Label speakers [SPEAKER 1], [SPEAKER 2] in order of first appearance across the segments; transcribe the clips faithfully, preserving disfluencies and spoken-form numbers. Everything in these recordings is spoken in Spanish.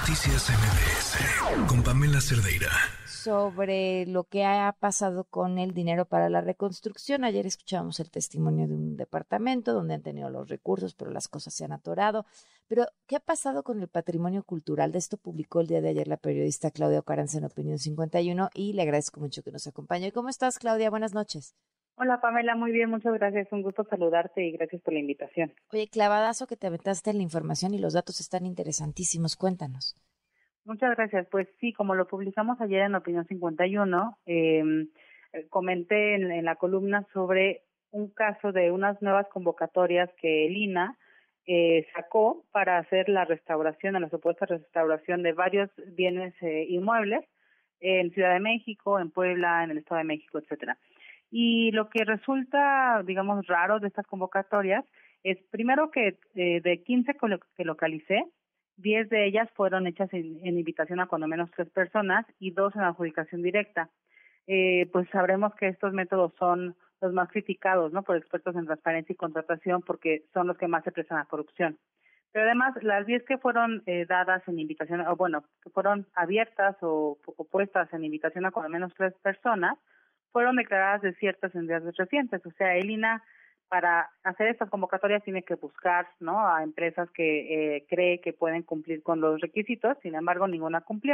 [SPEAKER 1] Noticias M B S con Pamela Cerdeira.
[SPEAKER 2] Sobre lo que ha pasado con el dinero para la reconstrucción. Ayer escuchábamos el testimonio de un departamento donde han tenido los recursos, pero las cosas se han atorado. Pero, ¿qué ha pasado con el patrimonio cultural? De esto publicó el día de ayer la periodista Claudia Ocaranza en Opinión cincuenta y uno y le agradezco mucho que nos acompañe. ¿Cómo estás, Claudia? Buenas noches.
[SPEAKER 3] Hola, Pamela, muy bien, muchas gracias. Un gusto saludarte y gracias por la invitación.
[SPEAKER 2] Oye, clavadazo que te aventaste en la información y los datos están interesantísimos. Cuéntanos.
[SPEAKER 3] Muchas gracias. Pues sí, como lo publicamos ayer en Opinión cincuenta y uno, eh, comenté en, en la columna sobre un caso de unas nuevas convocatorias que el I N A eh, sacó para hacer la restauración, la supuesta restauración de varios bienes eh, inmuebles en Ciudad de México, en Puebla, en el Estado de México, etcétera. Y lo que resulta, digamos, raro de estas convocatorias es, primero, que eh, de quince que localicé, diez de ellas fueron hechas en, en invitación a cuando menos tres personas y dos en adjudicación directa. Eh, pues sabremos que estos métodos son los más criticados, ¿no?, por expertos en transparencia y contratación, porque son los que más se prestan a corrupción. Pero además, las diez que fueron eh, dadas en invitación, o bueno, que fueron abiertas o, o puestas en invitación a cuando menos tres personas, fueron declaradas desiertas en días recientes. O sea, el I N A, para hacer estas convocatorias, tiene que buscar, ¿no?, a empresas que eh, cree que pueden cumplir con los requisitos. Sin embargo, ninguna cumplió.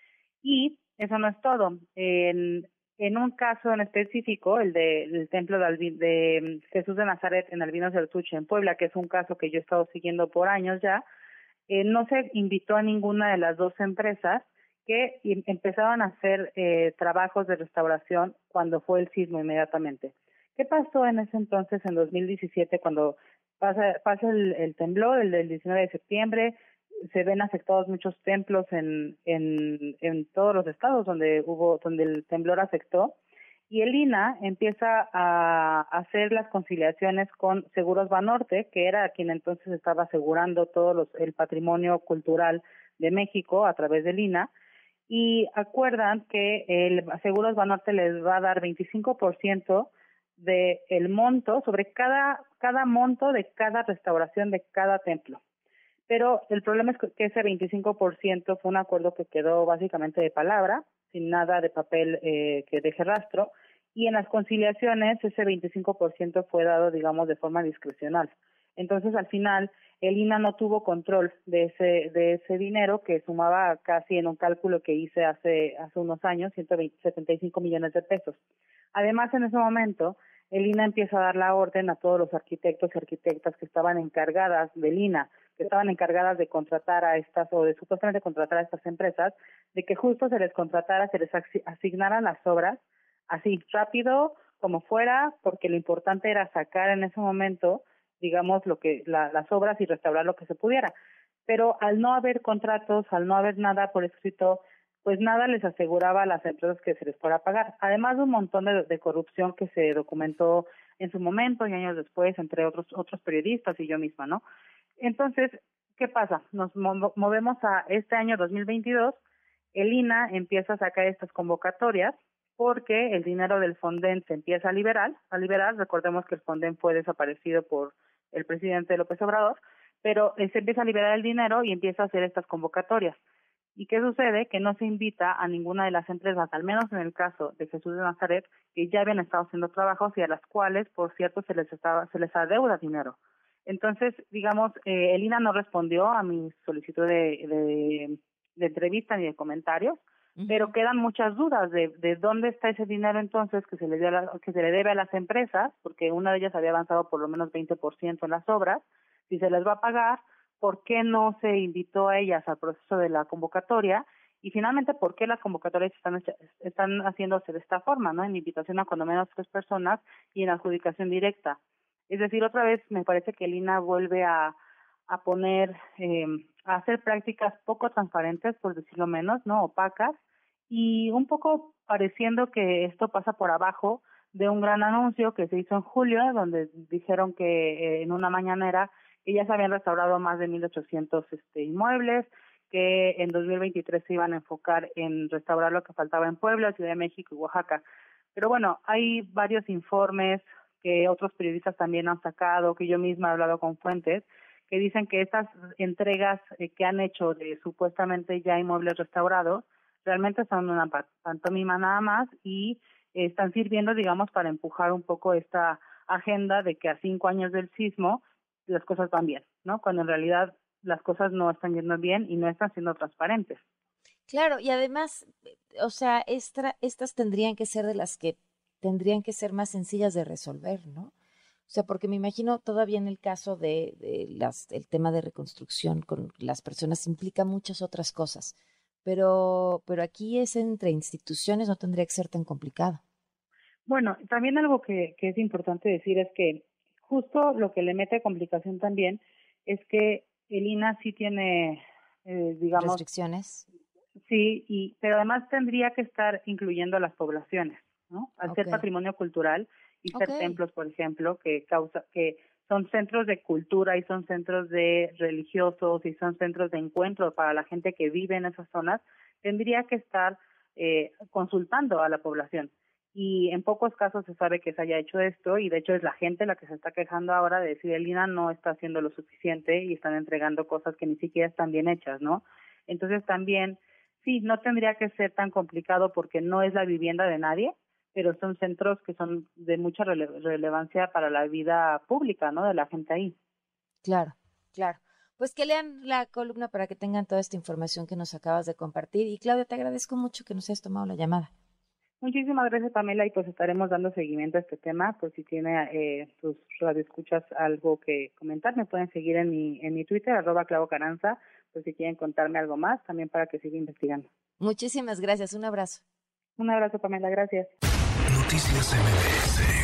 [SPEAKER 3] Y eso no es todo. En, en un caso en específico, el de, del templo de, Albi, de Jesús de Nazaret en Albinos del Tuche, en Puebla, que es un caso que yo he estado siguiendo por años ya, eh, no se invitó a ninguna de las dos empresas que empezaron a hacer eh, trabajos de restauración cuando fue el sismo inmediatamente. ¿Qué pasó en ese entonces, en dos mil diecisiete, cuando pasa, pasa el, el temblor, el del diecinueve de septiembre? Se ven afectados muchos templos en, en, en todos los estados donde hubo, donde el temblor afectó, y el I N A empieza a hacer las conciliaciones con Seguros Banorte, que era quien entonces estaba asegurando todo los, el patrimonio cultural de México a través del I N A, y acuerdan que el Seguros Banorte les va a dar veinticinco por ciento de el monto sobre cada cada monto de cada restauración de cada templo. Pero el problema es que ese veinticinco por ciento fue un acuerdo que quedó básicamente de palabra, sin nada de papel eh, que deje rastro, y en las conciliaciones ese veinticinco por ciento fue dado, digamos, de forma discrecional. Entonces, al final, el I N A no tuvo control de ese de ese dinero, que sumaba casi, en un cálculo que hice hace hace unos años, ciento setenta y cinco millones de pesos. Además, en ese momento, el I N A empieza a dar la orden a todos los arquitectos y arquitectas que estaban encargadas del I N A, que estaban encargadas de contratar a estas, o de supuestamente contratar a estas empresas, de que justo se les contratara, se les asignaran las obras, así, rápido, como fuera, porque lo importante era sacar en ese momento, digamos, lo que la, las obras y restaurar lo que se pudiera. Pero al no haber contratos, al no haber nada por escrito, pues nada les aseguraba a las empresas que se les fuera a pagar. Además de un montón de, de corrupción que se documentó en su momento y años después, entre otros otros periodistas y yo misma, ¿no? Entonces, ¿qué pasa? Nos movemos a este año dos mil veintidós, el I N A empieza a sacar estas convocatorias porque el dinero del Fonden se empieza a liberar, a liberar. Recordemos que el Fonden fue desaparecido por el presidente López Obrador, pero se empieza a liberar el dinero y empieza a hacer estas convocatorias. ¿Y qué sucede? Que no se invita a ninguna de las empresas, al menos en el caso de Jesús de Nazaret, que ya habían estado haciendo trabajos y a las cuales, por cierto, se les estaba, se les adeuda dinero. Entonces, digamos, eh, el I N A no respondió a mi solicitud de, de, de entrevista ni de comentarios, uh-huh. Pero quedan muchas dudas de, de dónde está ese dinero entonces que se le debe a la, que se le debe a las empresas, porque una de ellas había avanzado por lo menos veinte por ciento en las obras, si se les va a pagar, por qué no se invitó a ellas al proceso de la convocatoria y finalmente por qué las convocatorias están están haciéndose de esta forma, ¿no? En invitación a cuando menos tres personas y en adjudicación directa. Es decir, otra vez me parece que el I N A vuelve a, a poner, eh, a hacer prácticas poco transparentes, por decirlo menos, ¿no? Opacas, y un poco pareciendo que esto pasa por abajo de un gran anuncio que se hizo en julio, donde dijeron que eh, en una mañanera que ya se habían restaurado más de mil ochocientos este, inmuebles, que en dos mil veintitrés se iban a enfocar en restaurar lo que faltaba en Puebla, Ciudad de México y Oaxaca. Pero bueno, hay varios informes que otros periodistas también han sacado, que yo misma he hablado con fuentes, que dicen que estas entregas eh, que han hecho de supuestamente ya inmuebles restaurados realmente son una pantomima nada más y eh, están sirviendo, digamos, para empujar un poco esta agenda de que a cinco años del sismo las cosas van bien, ¿no? Cuando en realidad las cosas no están yendo bien y no están siendo transparentes.
[SPEAKER 2] Claro, y además, o sea, esta, estas tendrían que ser de las que tendrían que ser más sencillas de resolver, ¿no? O sea, porque me imagino todavía en el caso de, de las, el tema de reconstrucción con las personas implica muchas otras cosas, pero, pero aquí es entre instituciones, no tendría que ser tan complicado.
[SPEAKER 3] Bueno, también algo que, que es importante decir es que justo lo que le mete complicación también es que el I N A H sí tiene, eh, digamos...
[SPEAKER 2] restricciones.
[SPEAKER 3] Sí, y pero además tendría que estar incluyendo a las poblaciones, ¿no? Al okay. ser patrimonio cultural y ser okay. templos, por ejemplo, que causa que son centros de cultura y son centros de religiosos y son centros de encuentro para la gente que vive en esas zonas, tendría que estar eh, consultando a la población. Y en pocos casos se sabe que se haya hecho esto y de hecho es la gente la que se está quejando ahora de decir el I N A H no está haciendo lo suficiente y están entregando cosas que ni siquiera están bien hechas, ¿no? Entonces también sí, no tendría que ser tan complicado porque no es la vivienda de nadie, pero son centros que son de mucha rele- relevancia para la vida pública, ¿no? De la gente ahí.
[SPEAKER 2] Claro, claro. Pues que lean la columna para que tengan toda esta información que nos acabas de compartir. Y Claudia, te agradezco mucho que nos hayas tomado la llamada.
[SPEAKER 3] Muchísimas gracias, Pamela, y pues estaremos dando seguimiento a este tema. Pues si tiene eh, sus radioescuchas algo que comentar, me pueden seguir en mi en mi Twitter, arroba Clavo Carranza, pues si quieren contarme algo más, también para que siga investigando.
[SPEAKER 2] Muchísimas gracias, un abrazo.
[SPEAKER 3] Un abrazo, Pamela, gracias.
[SPEAKER 1] Noticias M B S.